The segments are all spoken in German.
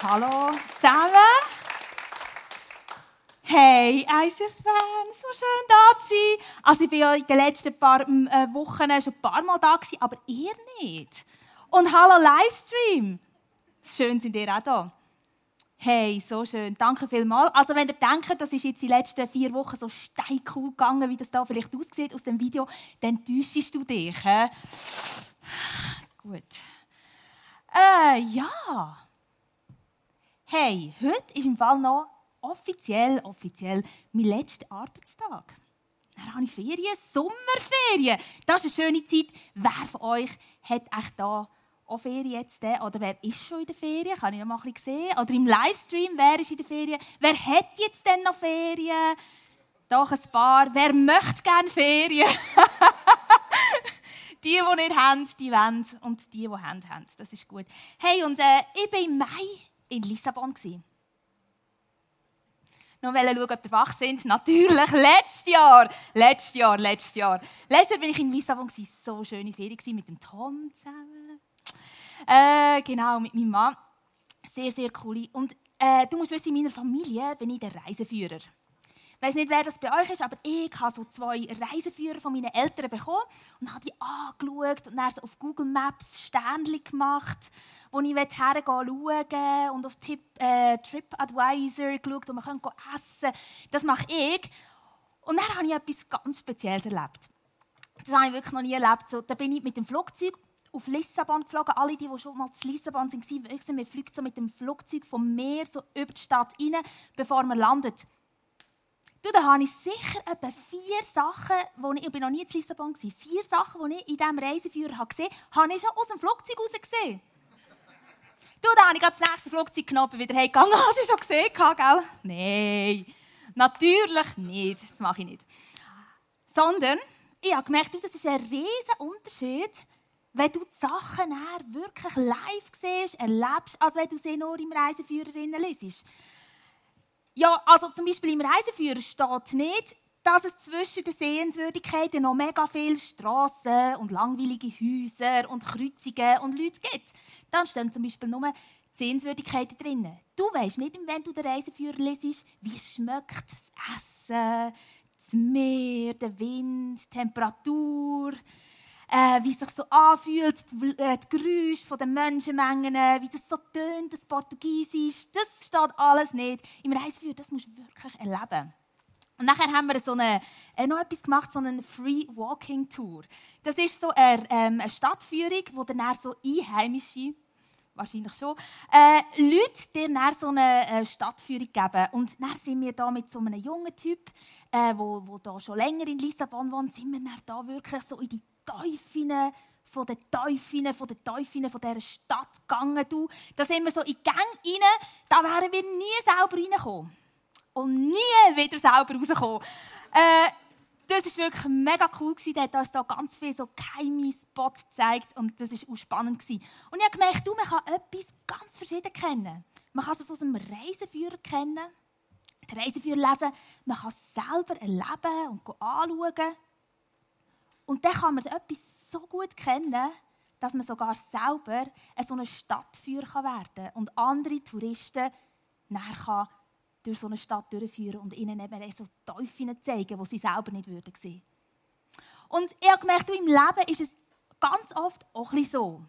Hallo zusammen. Hey, ICF-Fan, so schön da zu sein. Also ich bin ja in den letzten paar Wochen schon ein paar Mal da gewesen, aber ihr nicht. Und hallo Livestream. Schön sind ihr auch da. Hey, so schön. Danke vielmals. Also wenn ihr denkt, das ist jetzt die letzten 4 Wochen so steincool gegangen, wie das da vielleicht aussieht aus dem Video, dann täuschst du dich. He? Gut. Ja. Hey, heute ist im Fall noch offiziell mein letzter Arbeitstag. Dann habe ich Ferien, Sommerferien. Das ist eine schöne Zeit. Wer von euch hat echt da auch Ferien jetzt? Oder wer ist schon in der Ferien? Kann ich noch mal ein bisschen sehen? Oder im Livestream, wer ist in der Ferien? Wer hat jetzt denn noch Ferien? Doch ein paar. Wer möchte gerne Ferien? Die nicht haben, die wollen. Und die haben. Das ist gut. Hey, und ich war im Mai in Lissabon. Noch schauen, ob ihr wach sind. Natürlich, letztes Jahr. Letztes Jahr war ich in Lissabon. So eine schöne Ferien mit dem Tom zusammen. Genau, mit meinem Mann. Sehr, sehr cool. Und du musst wissen, in meiner Familie bin ich der Reiseführer. Ich weiss nicht, wer das bei euch ist, aber ich habe so 2 Reiseführer von meinen Eltern bekommen und habe die angeschaut und dann so auf Google Maps Sternchen gemacht, wo ich hergehen schauen und auf TripAdvisor geschaut, wo man essen kann. Das mache ich. Und dann habe ich etwas ganz Spezielles erlebt. Das habe ich wirklich noch nie erlebt. So, da bin ich mit dem Flugzeug auf Lissabon geflogen. Alle, die schon mal in Lissabon waren, wissen, man fliegt so mit dem Flugzeug vom Meer so über die Stadt rein, bevor man landet. Da habe ich sicher etwa 4 Sachen, ich bin noch nie in Lissabon war, 4 Sachen, die ich in diesem Reiseführer gesehen habe ich schon aus dem Flugzeug raus gesehen. Da habe ich das nächste Flugzeug genommen, wieder heimgegangen. Hast du schon gesehen, gell? Nein, natürlich nicht. Das mache ich nicht. Sondern, ich habe gemerkt, das ist ein riesen Unterschied, wenn du die Sachen wirklich live siehst, erlebst, als wenn du sie nur im Reiseführer liest. Ja, also zum Beispiel im Reiseführer steht nicht, dass es zwischen den Sehenswürdigkeiten noch mega viele Strassen und langweilige Häuser und Kreuzungen und Leute gibt. Dann stehen zum Beispiel nur die Sehenswürdigkeiten drin. Du weisst nicht, wenn du den Reiseführer liest, wie schmeckt das Essen, das Meer, der Wind, die Temperatur, wie es sich so anfühlt, die Geräusche der Menschenmengen, wie das so tönt, das Portugiesisch. Das steht alles nicht im Reiseführer. Das musst du wirklich erleben. Und nachher haben wir noch etwas gemacht, so eine Free Walking Tour. Das ist so eine Stadtführung, wo dann so Einheimische, wahrscheinlich schon, Leute dir dann so eine Stadtführung geben. Und dann sind wir da mit so einem jungen Typ, der da schon länger in Lissabon wohnt, sind wir dann da wirklich so in die Teufinnen von dieser Stadt gegangen. Da sind wir so in die Gänge rein, da wären wir nie selber reingekommen. Und nie wieder selber rausgekommen. Das war wirklich mega cool. Der hat uns da ganz viele so geheime Spots gezeigt und das war auch spannend. Und ich habe gemerkt, man kann etwas ganz verschieden kennen. Man kann es aus einem Reiseführer kennen, den Reiseführer lesen, man kann es selber erleben und anschauen. Und dann kann man etwas so gut kennen, dass man sogar selber so eine Stadtführer werden kann und andere Touristen nachher durch so eine Stadt durchführen und ihnen eben so Teufel zeigen, die sie selber nicht sehen würden. Und ich habe gemerkt, im Leben ist es ganz oft auch ein bisschen so.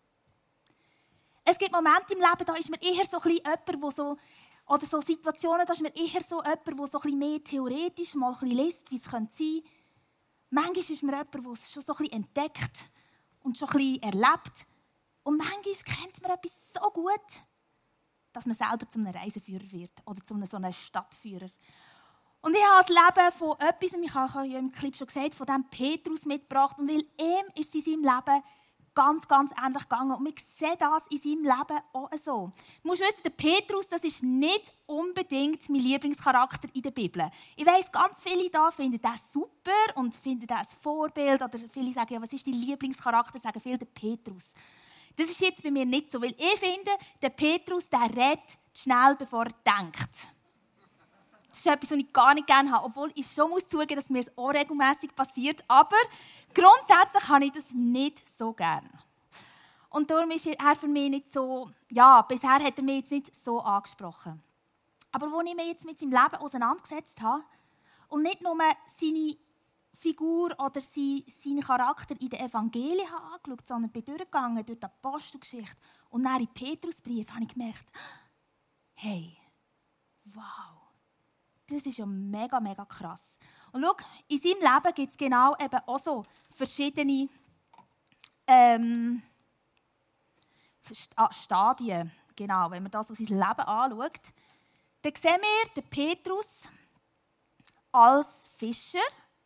Es gibt Momente im Leben, da ist man eher so ein bisschen jemand, wo so, oder so Situationen, da ist man eher so jemand, der so ein bisschen mehr theoretisch mal ein bisschen liest, wie es sein könnte. Manchmal ist man jemand, der es schon so ein bisschen entdeckt und schon ein bisschen erlebt. Und manchmal kennt man etwas so gut, dass man selber zu einem Reiseführer wird oder zu so einem Stadtführer. Und ich habe das Leben von etwas, ich habe ja im Clip schon gesagt, von diesem Petrus mitgebracht. Und weil ihm ist es in seinem Leben ganz, ganz ähnlich gegangen. Und wir sehen das in seinem Leben auch so. Du musst wissen, der Petrus, das ist nicht unbedingt mein Lieblingscharakter in der Bibel. Ich weiss, ganz viele da finden das super und finden das ein Vorbild. Oder viele sagen, ja, was ist dein Lieblingscharakter? Sagen viele, der Petrus. Das ist jetzt bei mir nicht so, weil ich finde, der Petrus, der redet schnell, bevor er denkt. Das ist etwas, was ich gar nicht gerne habe, obwohl ich schon zugeben muss, dass mir das auch regelmässig passiert. Aber grundsätzlich habe ich das nicht so gerne. Und darum ist er für mich nicht so, ja, bisher hat er mich jetzt nicht so angesprochen. Aber als ich mich jetzt mit seinem Leben auseinandergesetzt habe und nicht nur seine Figur oder seinen Charakter in den Evangelien habe angeschaut, sondern bin durchgegangen durch die Apostelgeschichte und dann in den Petrusbrief, habe ich gemerkt, hey, wow, das ist ja mega, mega krass. Und schau, in seinem Leben gibt es genau eben auch so verschiedene Stadien. Genau, wenn man das aus seinem Leben anschaut, dann sehen wir den Petrus als Fischer.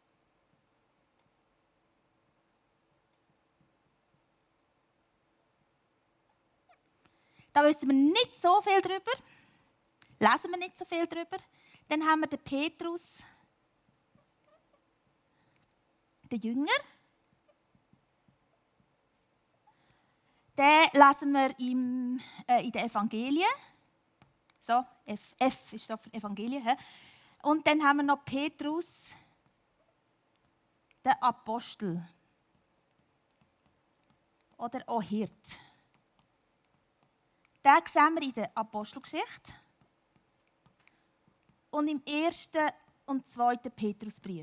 Da wissen wir nicht so viel drüber, lesen wir nicht so viel drüber. Dann haben wir den Petrus, den Jünger. Den lesen wir in den Evangelien. So, F ist da für Evangelien. He? Und dann haben wir noch Petrus, den Apostel. Oder auch Hirt. Den sehen wir in der Apostelgeschichte und im 1. und 2. Petrusbrief.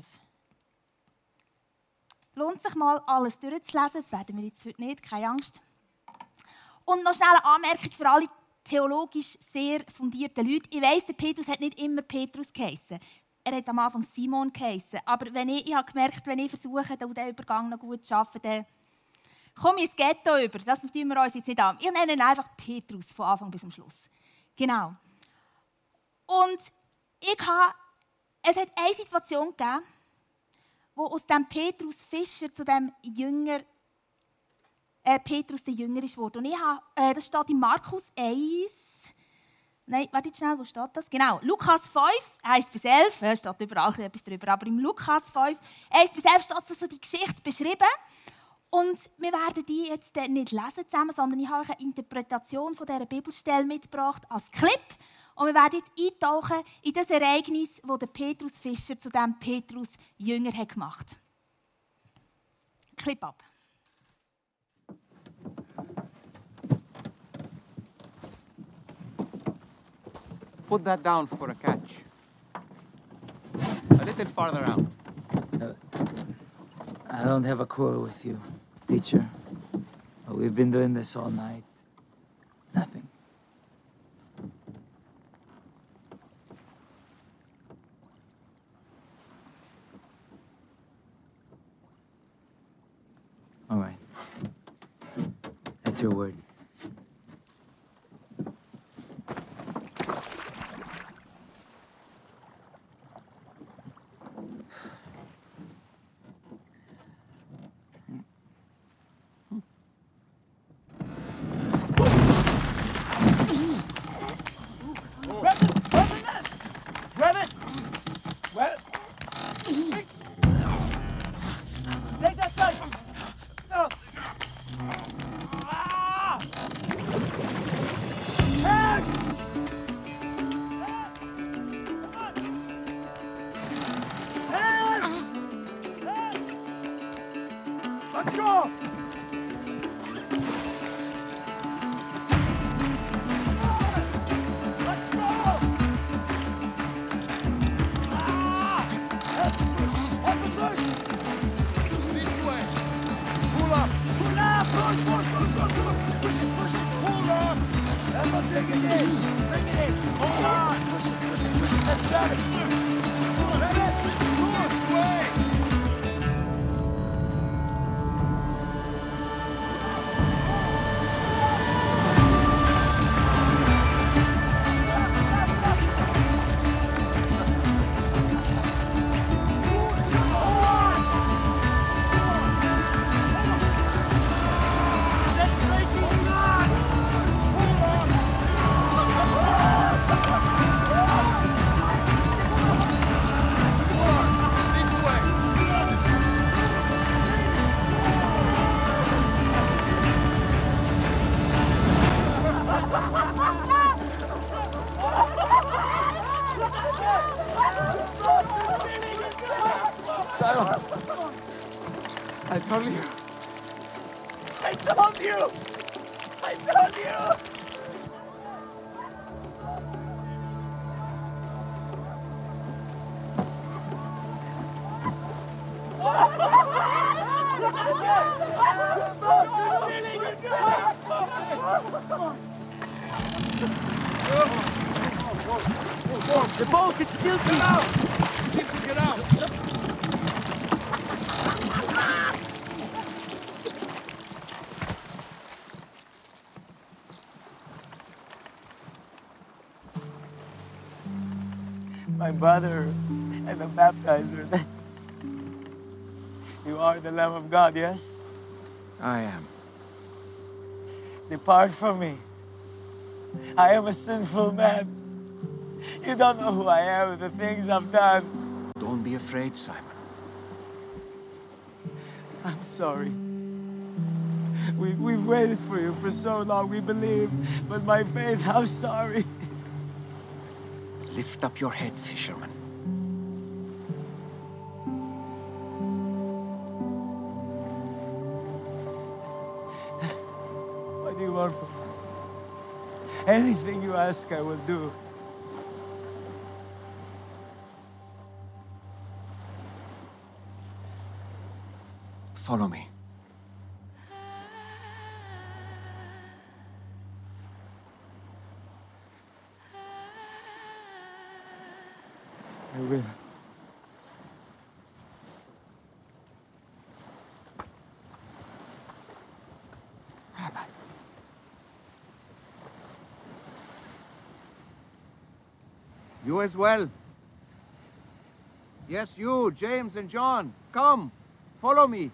Lohnt sich mal, alles durchzulesen. Das werden wir jetzt heute nicht, keine Angst. Und noch schnell eine Anmerkung für alle theologisch sehr fundierten Leute. Ich weiss, der Petrus hat nicht immer Petrus geheissen. Er hat am Anfang Simon geheissen. Aber ich habe gemerkt, wenn ich versuche, diesen Übergang noch gut zu schaffen, dann komme ich ins Ghetto über. Das tun wir uns jetzt nicht an. Ich nenne ihn einfach Petrus von Anfang bis zum Schluss. Genau. Und es hat eine Situation gegeben, wo aus dem Petrus Fischer zu dem Jünger Petrus der Jünger ist geworden. Und das steht in Markus 1. Nein, warte schnell, wo steht das? Genau, Lukas 5, 1-11, da steht überall etwas drüber, aber im Lukas 5, 1-11 steht so die Geschichte beschrieben. Und wir werden die jetzt nicht lesen zusammen, sondern ich habe euch eine Interpretation von dieser Bibelstelle mitgebracht als Clip. Und wir werden jetzt eintauchen in das Ereignis, das der Petrus Fischer zu diesem Petrus Jünger hat gemacht. Clip ab. Put that down for a catch. A little farther out. I don't have a quarrel with you, teacher. We've been doing this all night. Nothing. All right. At your word. I told you. The boat, it's still Get out! Need to get out! my brother and the baptizer. You are the Lamb of God, yes? I am. Depart from me. I am a sinful man. You don't know who I am and the things I've done. Don't be afraid, Simon. I'm sorry. We've waited for you for so long, we believe. But my faith, I'm sorry. Lift up your head, fisherman. What do you want from me? Anything you ask, I will do. Follow me. I will. Rabbi. You as well. Yes, you, James and John. Come, follow me.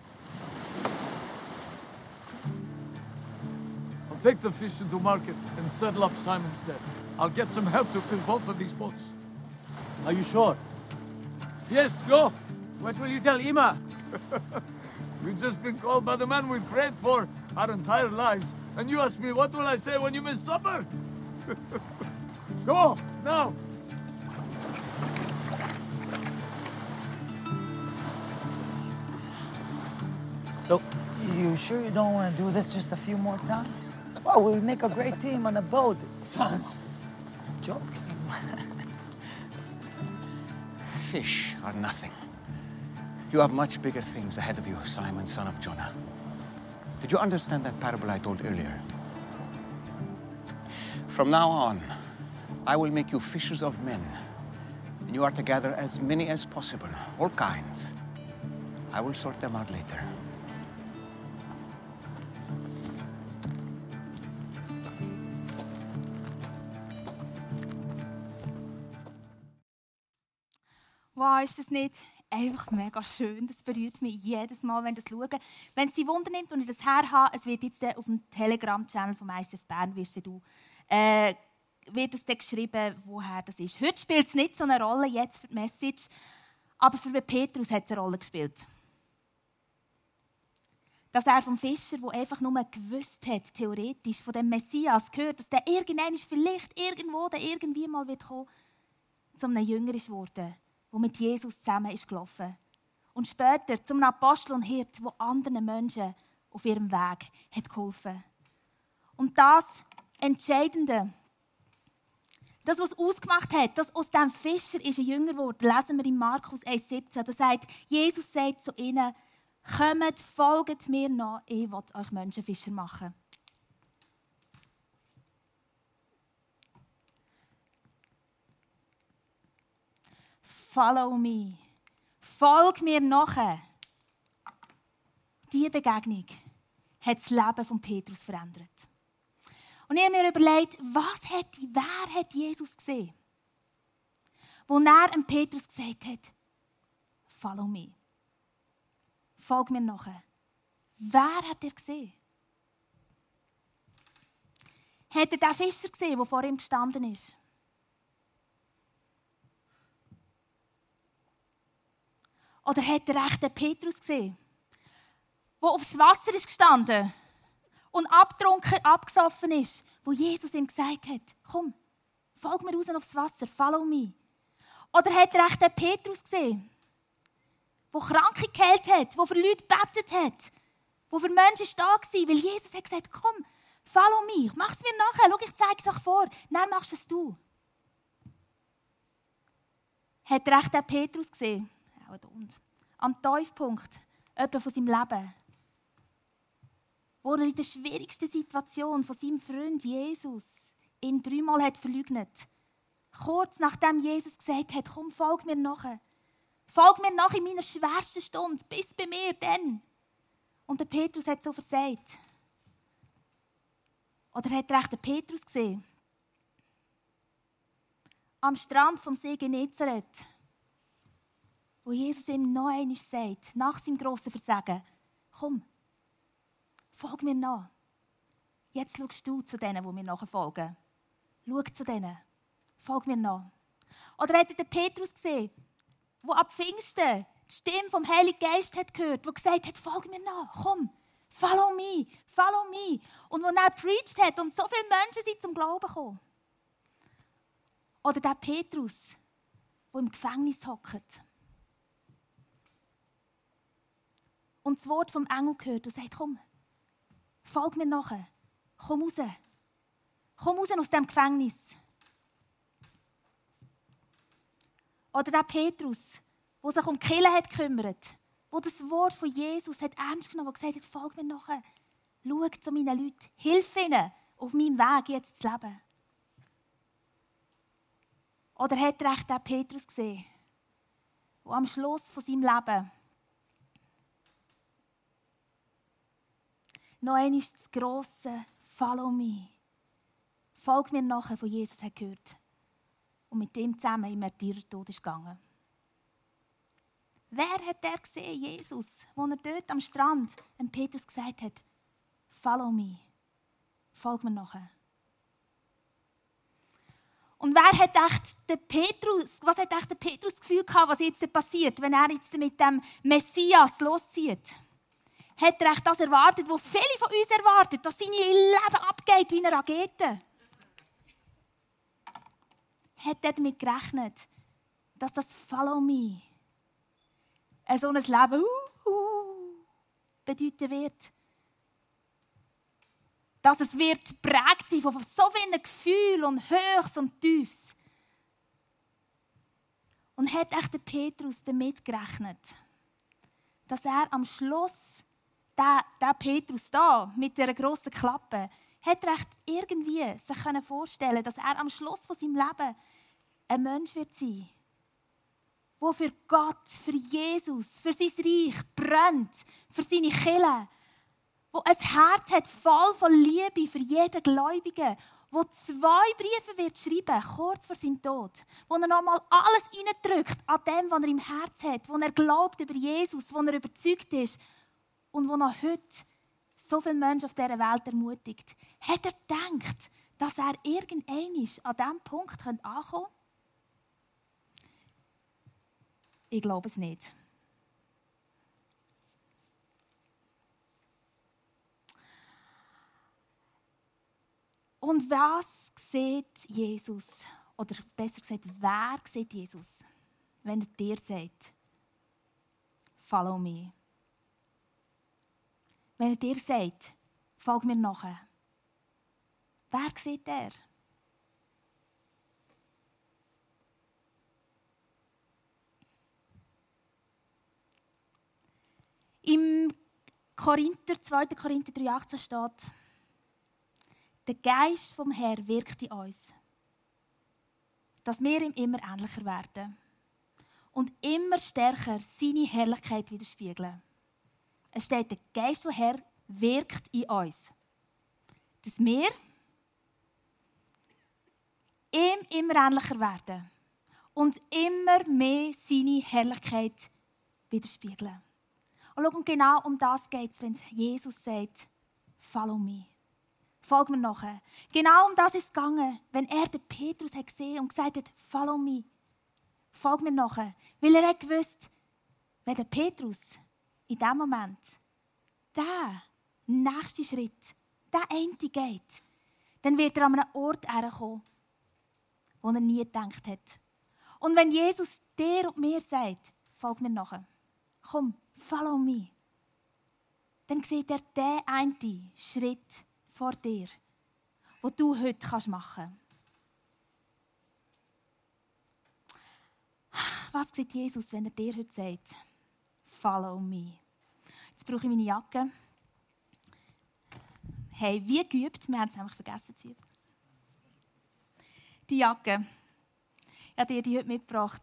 I'll take the fish into market and settle up Simon's debt. I'll get some help to fill both of these boats. Are you sure? Yes, go! What will you tell Ima? We've just been called by the man we prayed for our entire lives. And you ask me, what will I say when you miss supper? Go, now! So, you sure you don't want to do this just a few more times? Well, we'll make a great team on the boat. Simon. Joking. Fish are nothing. You have much bigger things ahead of you, Simon, son of Jonah. Did you understand that parable I told earlier? From now on, I will make you fishers of men, and you are to gather as many as possible, all kinds. I will sort them out later. Wow, ist das nicht einfach mega schön? Das berührt mich jedes Mal, wenn ich das schaue. Wenn es Sie Wunder nimmt und ich das her habe, es wird jetzt auf dem Telegram-Channel vom ICF Bern, wird es dann geschrieben, woher das ist. Heute spielt es nicht so eine Rolle, jetzt für die Message, aber für den Petrus hat es eine Rolle gespielt. Dass er vom Fischer, der einfach nur gewusst hat, theoretisch, von dem Messias gehört, dass der irgendwann vielleicht irgendwo, der irgendwie mal wird kommen, zu einem Jünger ist geworden, der mit Jesus zusammen ist gelaufen. Und später zum Apostel und Hirt, der anderen Menschen auf ihrem Weg hat geholfen. Und das Entscheidende, das, was ausgemacht hat, dass aus diesem Fischer ist ein Jünger geworden, lesen wir in Markus 1,17. Da sagt, Jesus sagt zu ihnen, kommt, folgt mir nach, ich will euch Menschenfischer machen. Follow me. Folg mir nachher. Diese Begegnung hat das Leben von Petrus verändert. Und ich habe mir überlegt, wer hat Jesus gesehen? Wo er dem Petrus gesagt hat, follow me. Folg mir nachher. Wer hat er gesehen? Hat er den Fischer gesehen, der vor ihm gestanden ist? Oder hat er echt den Petrus gesehen, der aufs Wasser ist gestanden und abgetrunken, abgesoffen ist, wo Jesus ihm gesagt hat, komm, folg mir raus aufs Wasser, follow me. Oder hat er echt den Petrus gesehen, der Kranke geheilt hat, der für Leute gebetet hat, der für Menschen da war, weil Jesus hat gesagt, komm, Follow me. Mach es mir nachher. Schau, ich zeige es euch vor. Dann machst es du. Hat er echt den Petrus gesehen? Auch und am Tiefpunkt von seinem Leben. Wo er in der schwierigsten Situation von seinem Freund Jesus ihn 3-mal hat verleugnet. Kurz nachdem Jesus gesagt hat, komm, folg mir nach. Folg mir nach in meiner schwersten Stunde. Bis bei mir dann. Und der Petrus hat so versagt. Oder hat er echt den Petrus gesehen? Am Strand vom See Genezareth, wo Jesus ihm noch einmal sagt, nach seinem grossen Versagen, komm, folg mir nach. Jetzt schaust du zu denen, die mir nachfolgen. Schau zu denen. Folg mir nach. Oder hat er den Petrus gesehen, der ab Pfingsten die Stimme vom Heiligen Geist hat gehört, der gesagt hat, folg mir nach, komm, follow me, follow me. Und wo er preached hat und so viele Menschen sind zum Glauben gekommen. Oder der Petrus, der im Gefängnis hockt. Und das Wort vom Engel gehört und sagt, komm, folg mir nachher, komm raus. Komm raus aus dem Gefängnis. Oder der Petrus, der sich um die Kirche hat gekümmert, der das Wort von Jesus hat ernst genommen hat, der gesagt hat, folg mir nachher. Schau zu meinen Leuten, hilf ihnen, auf meinem Weg jetzt zu leben. Oder hat er echt den Petrus gesehen, der am Schluss von seinem Leben noch einmal das grosse «Follow me», «Folg mir nachher» von Jesus hat gehört und mit dem zusammen im Märtyrertod ist gegangen. Wer hat der gesehen, Jesus, wo er dort am Strand dem Petrus gesagt hat, «Follow me», «Folg mir nachher». Und wer hat echt was hat echt der Petrus das Gefühl gehabt, was jetzt passiert, wenn er jetzt mit dem Messias loszieht? Hat er echt das erwartet, was viele von uns erwarten, dass sein Leben abgeht wie eine Rakete? Hat er damit gerechnet, dass das Follow me so ein Leben bedeuten wird? Dass es wird geprägt sein von so vielen Gefühlen und Höchst und Tiefs. Und hat echt der Petrus damit gerechnet, dass er am Schluss, der Petrus da mit dieser grossen Klappe, hat er echt irgendwie sich vorstellen, dass er am Schluss von seinem Leben ein Mensch wird sein, der für Gott, für Jesus, für sein Reich brennt, für seine Kirche, wo ein Herz hat voll von Liebe für jeden Gläubigen, wo 2 Briefe wird schreiben, kurz vor seinem Tod, wo er nochmal alles reindrückt an dem, was er im Herz hat, wo er glaubt über Jesus, wo er überzeugt ist und wo noch heute so viele Menschen auf dieser Welt ermutigt. Hat er gedacht, dass er irgendwann an diesem Punkt ankommen könnte? Ich glaube es nicht. Und was sieht Jesus? Oder besser gesagt, wer sieht Jesus, wenn er dir sagt, follow me? Wenn er dir sagt, folg mir nachher. Wer sieht er? Im 2. Korinther 3,18 steht, der Geist vom Herrn wirkt in uns, dass wir ihm immer ähnlicher werden und immer stärker seine Herrlichkeit widerspiegeln. Es steht, der Geist vom Herrn wirkt in uns, dass wir ihm immer ähnlicher werden und immer mehr seine Herrlichkeit widerspiegeln. Und schau, genau um das geht es, wenn Jesus sagt, follow me. Folg mir nachher. Genau um das ist es gegangen, wenn er den Petrus hat gesehen und gesagt hat, follow me. Folg mir nachher. Weil er hat gewusst, wenn der Petrus in diesem Moment der nächste Schritt, der eine geht, dann wird er an einen Ort herkommen, wo er nie gedacht hat. Und wenn Jesus dir und mir sagt, folg mir nachher, komm, follow me, dann sieht er den einen Schritt vor dir, die du heute machen kannst. Was sieht Jesus, wenn er dir heute sagt, follow me? Jetzt brauche ich meine Jacke. Hey, wie geübt, wir haben es einfach vergessen zu üben. Die Jacke, ich habe dir die heute mitgebracht.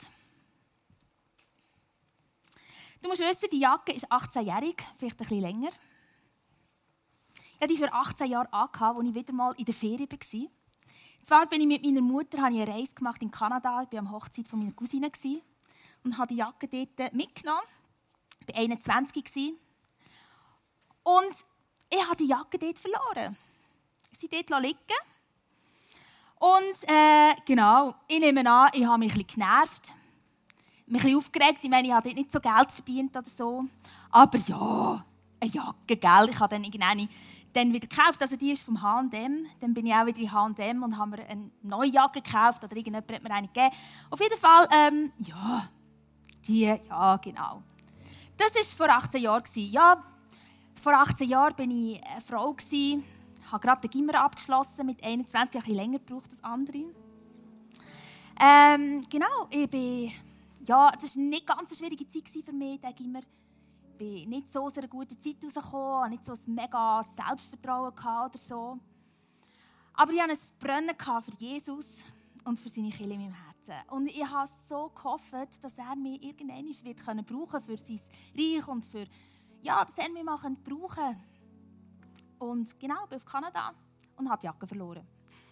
Du musst wissen, die Jacke ist 18-jährig, vielleicht ein bisschen länger. Ich habe die für 18 Jahre angehabt, als ich wieder mal in der Ferien war. Zwar bin ich mit meiner Mutter eine Reise gemacht in Kanada. Ich war am Hochzeit von meiner Cousine und habe die Jacke dort mitgenommen. Ich war 21. Und ich habe die Jacke dort verloren. Sie dort liegen. Und genau, ich nehme an, ich habe mich ein bisschen genervt. Mich ein bisschen aufgeregt. Ich meine, ich habe dort nicht so Geld verdient oder so. Aber ja, eine Jacke, gell? Ich habe dann irgendwann wieder gekauft. Also die ist vom H&M. Dann bin ich auch wieder in H&M und habe mir eine neue Jacke gekauft. Oder irgendjemand hat mir eine gegeben. Auf jeden Fall, ja, genau. Das war vor 18 Jahren. Ja, vor 18 Jahren war ich eine Frau. Ich habe gerade den Gimmer abgeschlossen, mit 21, ein bisschen länger gebraucht als andere. Genau, das war nicht ganz eine schwierige Zeit für mich, der Gimmer. Ich bin nicht so aus einer guten Zeit rausgekommen, hatte nicht so ein mega Selbstvertrauen oder so. Aber ich hatte ein Brennen für Jesus und für seine Kirche in meinem Herzen. Und ich habe so gehofft, dass er mich irgendwann brauchen kann für sein Reich und für, dass er mich mal brauchen kann. Und genau, ich bin auf Kanada und habe die Jacke verloren.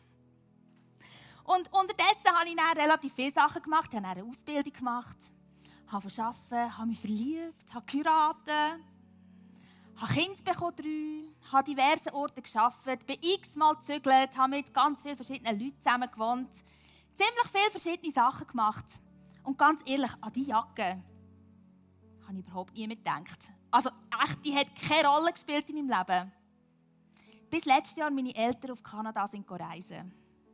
Und unterdessen habe ich dann relativ viele Sachen gemacht. Ich habe eine Ausbildung gemacht, habe gearbeitet, habe mich verliebt, habe geheiratet, habe Kinder bekommen, 3, habe diverse Orte gearbeitet, bin x-mal gezügelt, habe mit ganz vielen verschiedenen Leuten zusammen gewohnt, ziemlich viele verschiedene Sachen gemacht. Und ganz ehrlich, an diese Jacke habe ich überhaupt nie gedacht. Also echt, die hat keine Rolle gespielt in meinem Leben. Bis letztes Jahr meine Eltern auf Kanada reisen.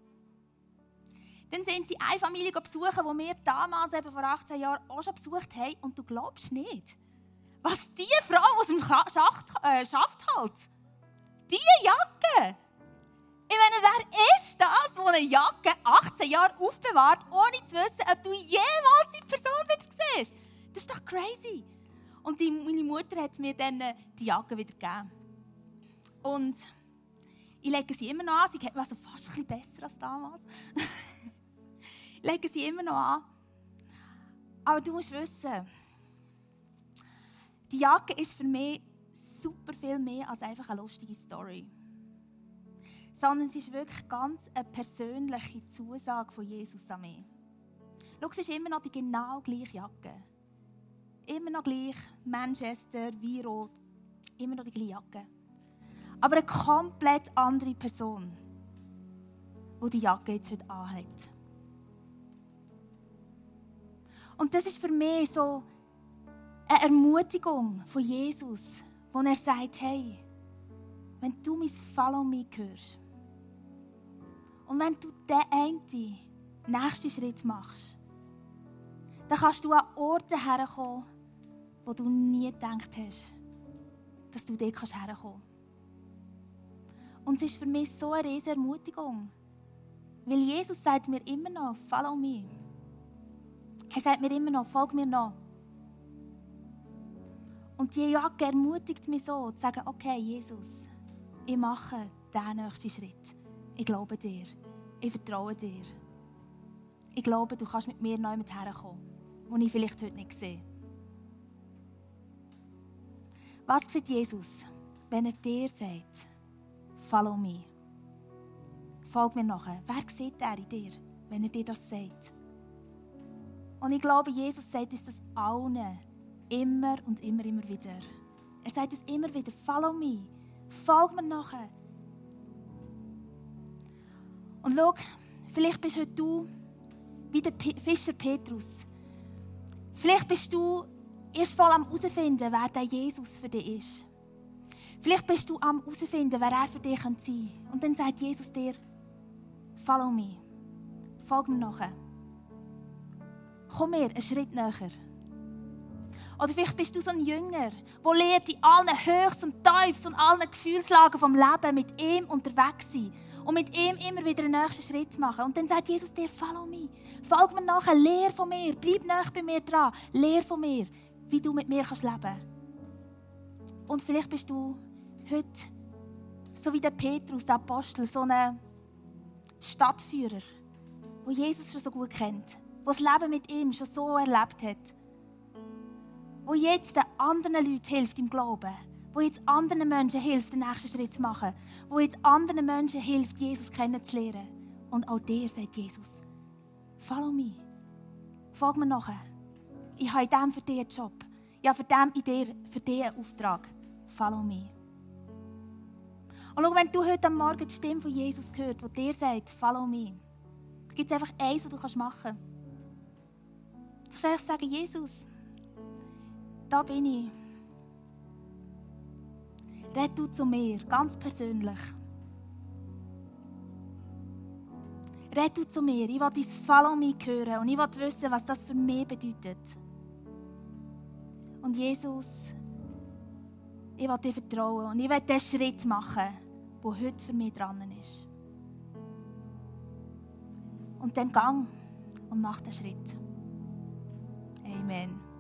Dann sind sie eine Familie besuchen, die wir damals eben vor 18 Jahren auch schon besucht haben. Und du glaubst nicht, was diese Frau aus dem Schaft hält. Diese Jacke! Ich meine, wer ist das, der eine Jacke 18 Jahre aufbewahrt, ohne zu wissen, ob du jemals die Person wieder siehst? Das ist doch crazy. Und meine Mutter hat mir dann die Jacke wieder gegeben. Und ich lege sie immer noch an. Sie geht mir also fast ein bisschen besser als damals. Ich lege sie immer noch an. Aber du musst wissen, die Jacke ist für mich super viel mehr als einfach eine lustige Story. Sondern es ist wirklich ganz eine persönliche Zusage von Jesus an mich. Schau, es ist immer noch die genau gleiche Jacke. Immer noch gleich Manchester, Weinrot. Immer noch die gleiche Jacke. Aber eine komplett andere Person, die die Jacke jetzt heute anhat. Und das ist für mich so eine Ermutigung von Jesus, wo er sagt, hey, wenn du mein Follow Me hörst und wenn du den einen nächsten Schritt machst, dann kannst du an Orte herkommen, wo du nie gedacht hast, dass du dort herkommen kannst. Und es ist für mich so eine riesige Ermutigung. Weil Jesus sagt mir immer noch, follow me. Er sagt mir immer noch, folg mir noch. Und die Jacke ermutigt mich so, zu sagen, okay, Jesus, ich mache den nächsten Schritt. Ich glaube dir. Ich vertraue dir. Ich glaube, du kannst mit mir neu herkommen, wo ich vielleicht heute nicht sehe. Was sieht Jesus, wenn er dir sagt, follow me? Folg mir nachher. Wer sieht er in dir, wenn er dir das sagt? Und ich glaube, Jesus sagt uns das allen immer und immer wieder. Er sagt uns immer wieder, follow me. Folg mir nachher. Und schau, vielleicht bist heute du wie der Fischer Petrus. Vielleicht bist du erst voll am herausfinden, wer der Jesus für dich ist. Vielleicht bist du am herausfinden, wer er für dich sein könnte. Und dann sagt Jesus dir, follow me. Folg mir nachher. Komm mir einen Schritt näher. Oder vielleicht bist du so ein Jünger, der lernt, in allen Höchst und Tiefs und allen Gefühlslagen vom Leben mit ihm unterwegs zu sein. und mit ihm immer wieder einen nächsten Schritt zu machen. Und dann sagt Jesus dir, follow me, folg mir nachher, lehr von mir, bleib nah bei mir dran, lehr von mir, wie du mit mir kannst leben. Und vielleicht bist du heute, so wie der Petrus, der Apostel, so ein Stadtführer, der Jesus schon so gut kennt, der das Leben mit ihm schon so erlebt hat, der jetzt den anderen Leuten hilft im Glauben, der jetzt anderen Menschen hilft, den nächsten Schritt zu machen, der jetzt anderen Menschen hilft, Jesus kennenzulernen. Und auch dir sagt Jesus, follow me, folg mir nachher. Ich habe in dem für dich einen Job. Ich habe für dich einen Auftrag. Follow me. Und schau, wenn du heute am Morgen die Stimme von Jesus hörst, die dir sagt, follow me, dann gibt es einfach eins, was du machen kannst. Du kannst sagen, Jesus, da bin ich. Red du zu mir, ganz persönlich. Red du zu mir. Ich will dein Follow me hören und ich will wissen, was das für mich bedeutet. Und Jesus, ich will dir vertrauen und ich will den Schritt machen, der heute für mich dran ist. Und dann gang und mach den Schritt. Amen.